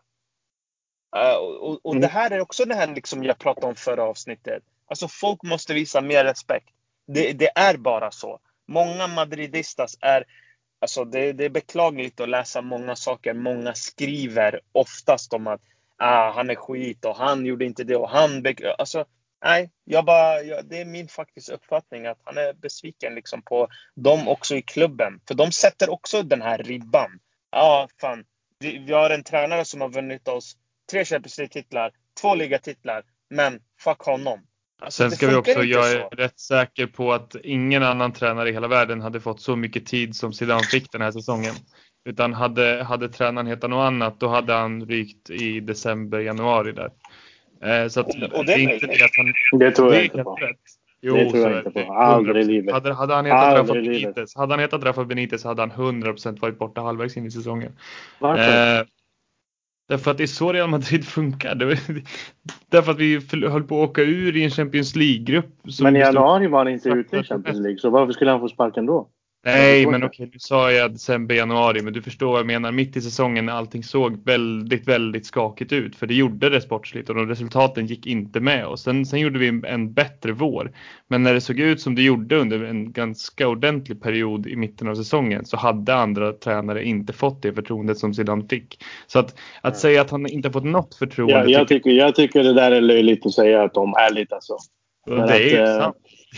Och det här är också det här liksom jag pratade om förra avsnittet. Alltså folk måste visa mer respekt. Det är bara så. Många madridistas är, alltså det är beklagligt att läsa många saker. Många skriver oftast om att han är skit och han gjorde inte det och han alltså nej, det är min faktiskt uppfattning att han är besviken liksom på dem också i klubben. För de sätter också den här ribban. Fan. Vi har en tränare som har vunnit oss 3 Champions League-titlar, 2 ligatitlar, men fuck honom. Alltså, Sen ska vi också, inte jag så. är rätt säker på att ingen annan tränare i hela världen hade fått så mycket tid som Zidane fick den här säsongen. Utan hade tränaren hetat något annat, då hade han rykt i december, januari där. Så att Och det är inte möjligt. det att han... Det tror det jag är inte helt på. rätt. Det Jo, tror så jag är inte det. på. Aldrig i 100%. livet. Hade han hetat Rafa Aldrig i livet. Benitez, hade han hetat Rafa Benitez hade han 100% varit borta halvvägs in i säsongen. Varför? Därför att det är så Real Madrid funkar. Därför att vi höll på att åka ur i en Champions League-grupp. Men i januari var han inte ute i Champions League. Så varför skulle han få sparken då? Nej, men okej, nu sa jag december, januari, men du förstår vad jag menar. Mitt i säsongen när allting såg väldigt, väldigt skakigt ut. För det gjorde det sportsligt och resultaten gick inte med. Och sen gjorde vi en bättre vår. Men när det såg ut som det gjorde under en ganska ordentlig period i mitten av säsongen så hade andra tränare inte fått det förtroendet som Zidane fick. Så att säga att han inte fått något förtroende... Jag tycker det där är löjligt att säga att de är ärligt alltså. Det är ju sant.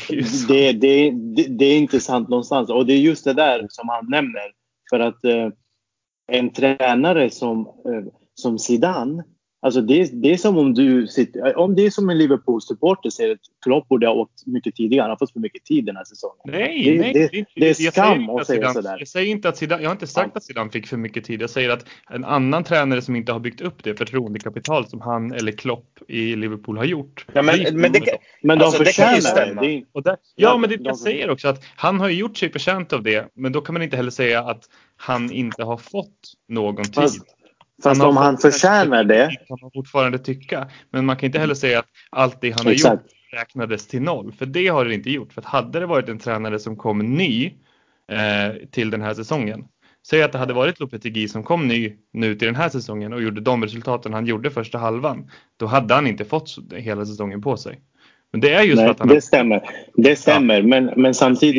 Det är inte sant någonstans. Och det är just det där som han nämner. För att en tränare som Zidane, alltså det är som om du sitter, om det är som en Liverpool-supporter säger att Klopp borde ha åkt mycket tidigare. Han har fått för mycket tid den här säsongen. Det är skam att säga sådär. Jag säger inte att Zidane, jag har inte sagt att Zidane fick för mycket tid. Jag säger att en annan tränare som inte har byggt upp det förtroendekapital som han eller Klopp i Liverpool har gjort. Ja, men de förtjänar det. Men det jag säger också att han har gjort sig förtjänt av det. Men då kan man inte heller säga att han inte har fått någon tid. Fast om han förtjänar det kan man fortfarande tycka. Men man kan inte heller säga att allt det han har gjort räknades till 0. För det har det inte gjort. För att hade det varit en tränare som kom ny till den här säsongen. Säg att det hade varit Lopetegui som kom ny nu till den här säsongen och gjorde de resultaten han gjorde första halvan. Då hade han inte fått hela säsongen på sig. Men det är just för att han... Det stämmer. Men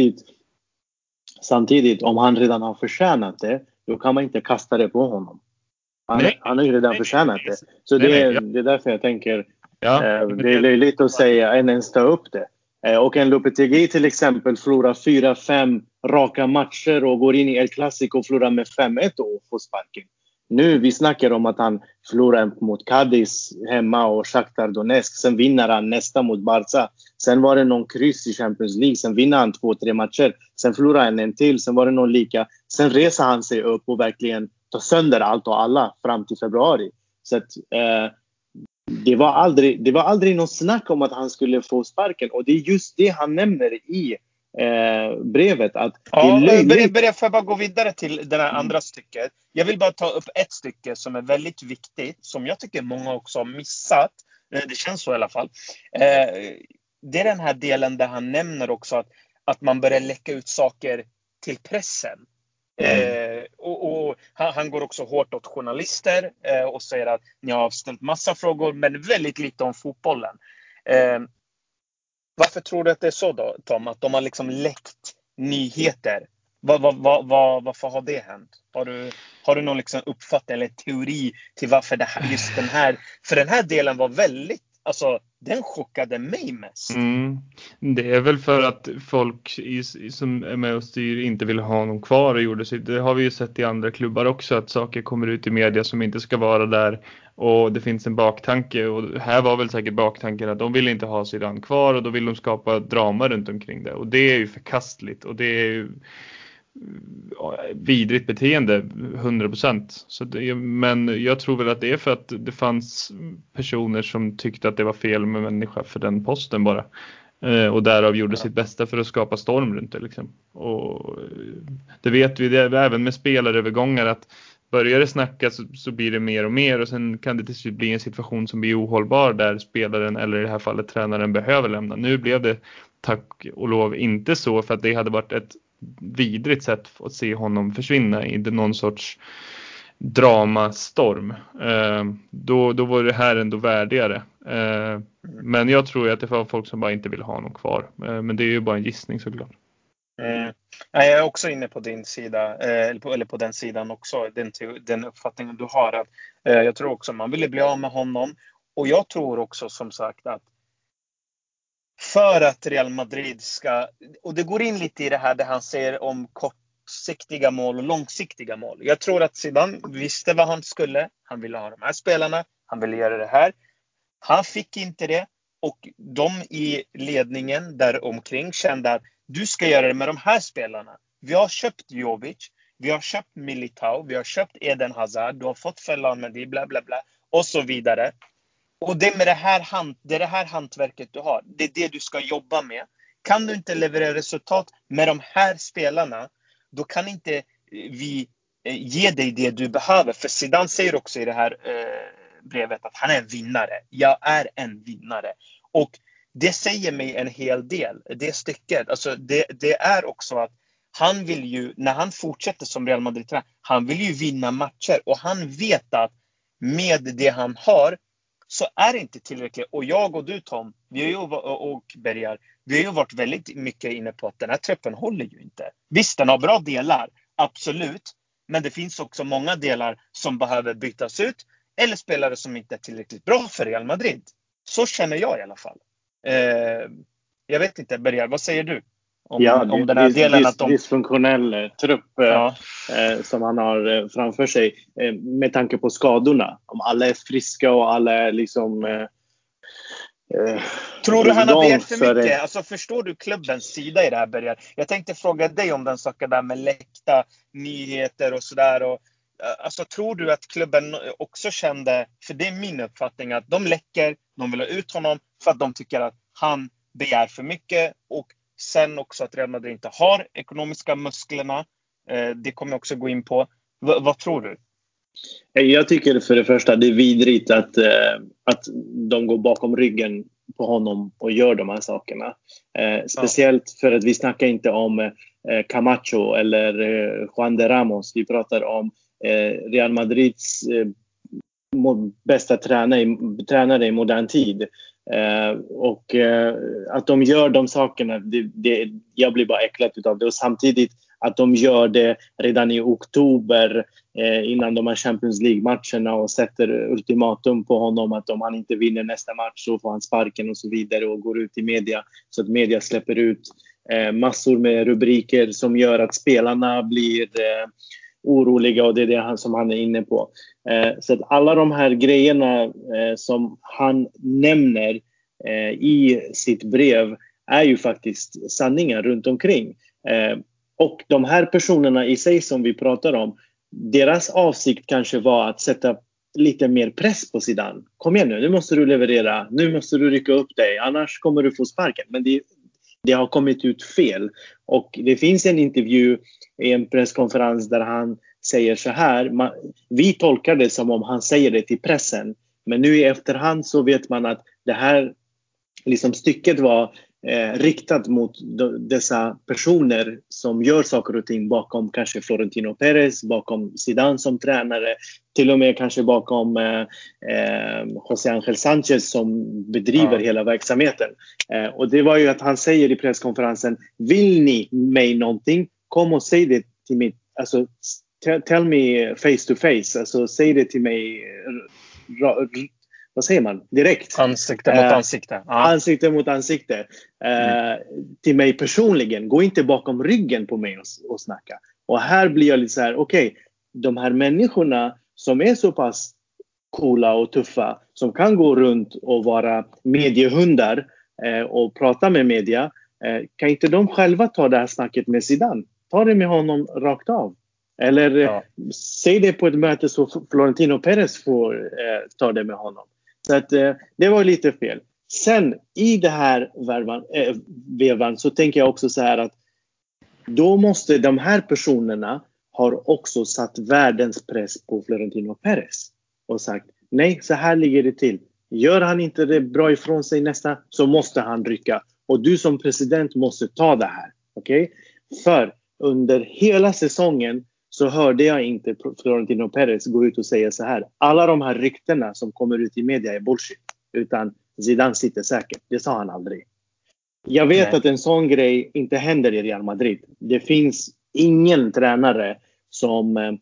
samtidigt om han redan har förtjänat det, då kan man inte kasta det på honom. Han har ju redan förtjänat det. Så det är därför jag tänker det är löjligt att säga än ens ta upp det. Och en Lopetegui till exempel förlorar 4-5 raka matcher och går in i El Clasico och förlorar med 5-1 och får sparken. Nu vi snackar om att han förlorar mot Cadiz hemma och Shakhtar Donetsk. Sen vinner han nästa mot Barca. Sen var det någon kryss i Champions League. Sen vinner han 2-3 matcher. Sen förlorar han en till. Sen var det någon lika. Sen reser han sig upp och verkligen tar sönder allt och alla fram till februari. Så att det var aldrig någon snack om att han skulle få sparken. Och det är just det han nämner i brevet. Att får jag bara gå vidare till det här andra stycket. Jag vill bara ta upp ett stycke som är väldigt viktigt. Som jag tycker många också har missat. Det känns så i alla fall. Det är den här delen där han nämner också att man börjar läcka ut saker till pressen. Och han går också hårt åt journalister och säger att ni har ställt massa frågor men väldigt lite om fotbollen. Varför tror du att det är så då, Tom? Att de har liksom läckt nyheter? Varför har det hänt? Har du någon liksom uppfattning eller teori till varför just den här... För den här delen var väldigt... Alltså, den chockade mig mest. Det är väl för att folk som är med och styr inte vill ha någon kvar och gjorde sig. Det har vi ju sett i andra klubbar också, att saker kommer ut i media som inte ska vara där. Och det finns en baktanke, och här var väl säkert baktanken att de vill inte ha Zidane kvar och då vill de skapa drama runt omkring det. Och det är ju förkastligt och det är ju vidrigt beteende 100%. Men jag tror väl att det är för att det fanns personer som tyckte att det var fel med människa för den posten bara. Och därav gjorde sitt bästa för att skapa storm runt det liksom. Och det vet vi, det är även med spelarövergångar, att börjar det snacka så blir det mer och mer, och sen kan det till slut bli en situation som blir ohållbar där spelaren, eller i det här fallet tränaren, behöver lämna. Nu blev det tack och lov inte så, för att det hade varit ett vidrigt sätt att se honom försvinna i någon sorts dramastorm. Då var det här ändå värdigare. Men jag tror att det var folk som bara inte vill ha honom kvar. Men det är ju bara en gissning såklart. Jag är också inne på din sida, eller på den sidan också, den uppfattningen du har. Att, jag tror också man ville bli av med honom. Och jag tror också som sagt att för att Real Madrid ska, och det går in lite i det här där han säger om kortsiktiga mål och långsiktiga mål. Jag tror att Zidane visste vad han skulle. Han ville ha de här spelarna. Han ville göra det här. Han fick inte det. Och de i ledningen där omkring kände att du ska göra det med de här spelarna. Vi har köpt Jovic, vi har köpt Militao, vi har köpt Eden Hazard, du har fått Ferland Mendy, bla bla bla och så vidare. Och det är med det här hantverket du har. Det är det du ska jobba med. Kan du inte leverera resultat med de här spelarna, då kan inte vi ge dig det du behöver. För Zidane säger också i det här brevet att han är en vinnare. Jag är en vinnare. Och det säger mig en hel del. Det stycket. Alltså det är också att han vill ju, när han fortsätter som Real Madrid, han vill ju vinna matcher. Och han vet att med det han har så är det inte tillräckligt. Och jag och du Tom, vi har ju, och Bergar, vi har ju varit väldigt mycket inne på att den här truppen håller ju inte. Visst, den har bra delar, absolut. Men det finns också många delar som behöver bytas ut. Eller spelare som inte är tillräckligt bra för Real Madrid. Så känner jag i alla fall. Jag vet inte, Bergar, vad säger du? Om den här delen att de... dysfunktionell trupp som han har framför sig med tanke på skadorna. Om alla är friska och alla är liksom tror du han har begärt för mycket? Alltså förstår du klubbens sida i det här, Bergar? Jag tänkte fråga dig om den saken där med läckta nyheter och sådär. Alltså tror du att klubben också kände, för det är min uppfattning, att de läcker, de vill ha ut honom för att de tycker att han begär för mycket, och sen också att Real Madrid inte har ekonomiska musklerna. Det kommer jag också gå in på. Vad tror du? Jag tycker för det första det är vidrigt att de går bakom ryggen på honom och gör de här sakerna. Speciellt för att vi snackar inte om Camacho eller Juan de Ramos. Vi pratar om Real Madrids bästa tränare i modern tid. Och att de gör de sakerna, jag blir bara äcklad utav det. Och samtidigt att de gör det redan i oktober innan de här Champions League-matcherna och sätter ultimatum på honom att om han inte vinner nästa match så får han sparken och så vidare, och går ut i media så att media släpper ut massor med rubriker som gör att spelarna blir oroliga, och det är det som han är inne på. Så att alla de här grejerna som han nämner i sitt brev är ju faktiskt sanningar runt omkring. Och de här personerna i sig som vi pratar om, deras avsikt kanske var att sätta lite mer press på Zidane. Kom igen nu måste du leverera, nu måste du rycka upp dig, annars kommer du få sparken. Men det har kommit ut fel. Och det finns en intervju i en presskonferens där han säger så här. Vi tolkar det som om han säger det till pressen. Men nu i efterhand så vet man att det här liksom stycket var riktat mot dessa personer som gör saker och ting bakom kanske Florentino Pérez, bakom Zidane som tränare, till och med kanske bakom José Ángel Sánchez som bedriver hela verksamheten. Och det var ju att han säger i presskonferensen: vill ni mig någonting, kom och säg det till mig, alltså tell me face to face, alltså säg det till mig, vad säger man? Direkt. Ansikte mot ansikte. Ansikte mot ansikte. Till mig personligen. Gå inte bakom ryggen på mig och snacka. Och här blir jag lite så här, okej, de här människorna som är så pass coola och tuffa, som kan gå runt och vara mediehundar och prata med media, kan inte de själva ta det här snacket med Zidane? Ta det med honom rakt av. Eller säg det på ett möte så Florentino Pérez får ta det med honom. Så att det var lite fel. Sen i det här vevan så tänker jag också så här att då måste de här personerna har också satt världens press på Florentino Pérez och sagt: nej, så här ligger det till. Gör han inte det bra ifrån sig nästa, så måste han rycka. Och du som president måste ta det här. Okej? För under hela säsongen så hörde jag inte Florentino Pérez gå ut och säga så här: alla de här ryktena som kommer ut i media är bullshit, utan Zidane sitter säkert. Det sa han aldrig. Jag vet att en sån grej inte händer i Real Madrid. Det finns ingen tränare som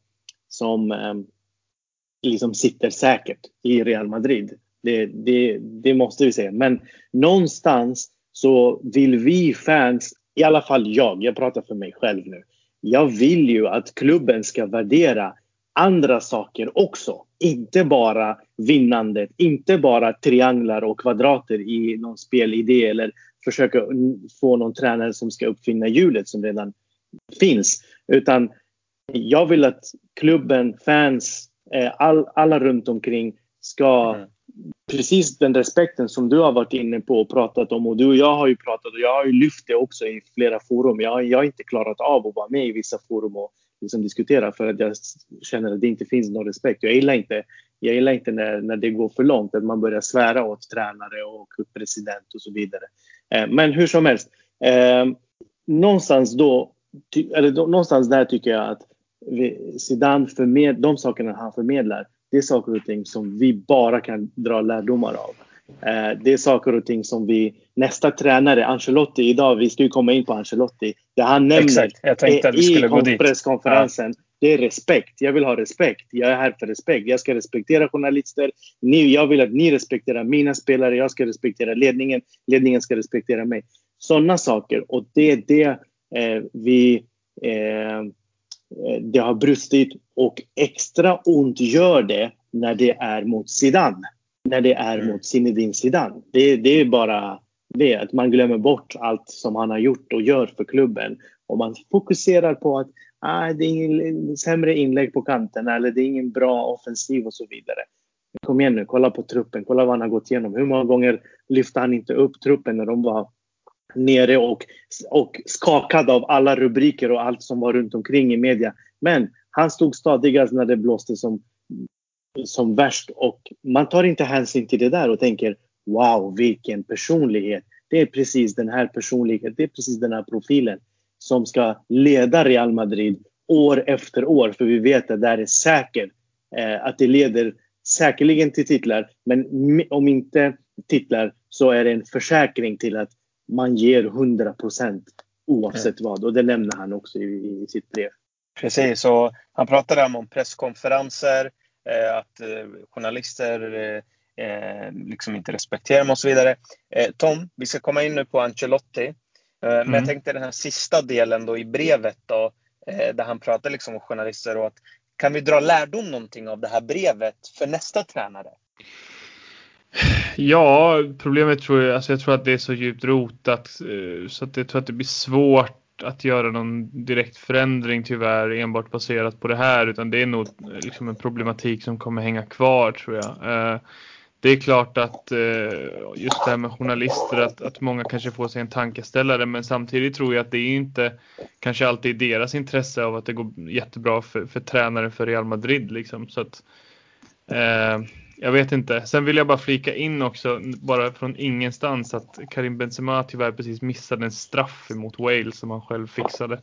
liksom sitter säkert i Real Madrid. Det måste vi säga. Men någonstans så vill vi fans, i alla fall jag pratar för mig själv nu. Jag vill ju att klubben ska värdera andra saker också. Inte bara vinnandet, inte bara trianglar och kvadrater i någon spelidé eller försöka få någon tränare som ska uppfinna hjulet som redan finns. Utan jag vill att klubben, fans, alla runt omkring ska precis den respekten som du har varit inne på och pratat om, och du och jag har ju pratat och jag har ju lyft det också i flera forum. Jag har inte klarat av att vara med i vissa forum och liksom diskutera för att jag känner att det inte finns någon respekt. Jag gillar inte när det går för långt, att man börjar svära åt tränare och president och så vidare. Men hur som helst, någonstans där tycker jag att Zidane de sakerna han förmedlar, det är saker och ting som vi bara kan dra lärdomar av. Det är saker och ting som nästa tränare, Ancelotti, idag, vi ska ju komma in på Ancelotti, det han nämner i presskonferensen, det är respekt. Jag vill ha respekt. Jag är här för respekt. Jag ska respektera journalister. Jag vill att ni respekterar mina spelare. Jag ska respektera ledningen. Ledningen ska respektera mig. Sådana saker. Och det är det det har brustit, och extra ont gör det när det är mot Zidane. När det är mot Zinedine Zidane. Det är bara det att man glömmer bort allt som han har gjort och gör för klubben. Och man fokuserar på att det är ingen sämre inlägg på kanten eller det är ingen bra offensiv och så vidare. Kom igen nu, kolla på truppen. Kolla vad han har gått igenom. Hur många gånger lyfte han inte upp truppen när de var nere och skakad av alla rubriker och allt som var runt omkring i media. Men han stod stadigast när det blåste som värst, och man tar inte hänsyn till det där och tänker wow, vilken personlighet. Det är precis den här personligheten, det är precis den här profilen som ska leda Real Madrid år efter år, för vi vet att det är säkert att det leder säkerligen till titlar, men om inte titlar så är det en försäkring till att man ger 100% oavsett vad, och det nämner han också i sitt brev. Precis, och han pratade om presskonferenser, att journalister liksom inte respekterar dem och så vidare. Tom, vi ska komma in nu på Ancelotti. Men jag tänkte den här sista delen då i brevet då, där han pratar liksom om journalister, och att kan vi dra lärdom någonting av det här brevet för nästa tränare? Ja, problemet tror jag tror att det är så djupt rotat så att jag tror att det blir svårt att göra någon direkt förändring tyvärr enbart baserat på det här, utan det är nog liksom en problematik som kommer hänga kvar, tror jag. Det är klart att just det här med journalister, att många kanske får sig en tankeställare, men samtidigt tror jag att det är inte kanske alltid deras intresse av att det går jättebra för tränaren för Real Madrid liksom. Så att jag vet inte. Sen vill jag bara flika in också, bara från ingenstans, att Karim Benzema tyvärr precis missade en straff mot Wales som han själv fixade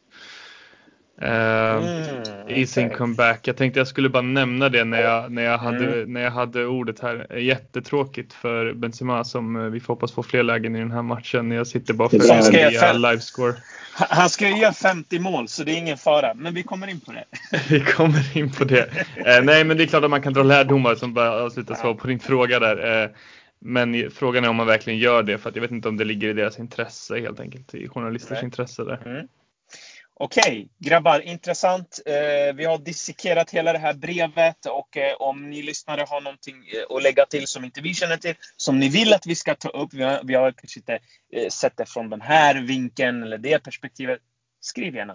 i sin comeback. Jag tänkte jag skulle bara nämna det när jag hade ordet här. Jättetråkigt för Benzema, som vi får hoppas få fler lägen i den här matchen. Jag sitter bara för livescore. Han ska ju göra 50 mål, så det är ingen fara. Men vi kommer in på det. Vi kommer in på det. Nej, men det är klart att man kan dra lärdomar, som bara avsluta svar på din fråga där. Men frågan är om man verkligen gör det, för att jag vet inte om det ligger i deras intresse helt enkelt, i journalisters intresse där. Okej, grabbar, intressant. Vi har dissekerat hela det här brevet, och om ni lyssnare har någonting att lägga till som inte vi känner till, som ni vill att vi ska ta upp, vi har kanske inte sett det från den här vinkeln eller det perspektivet, skriv gärna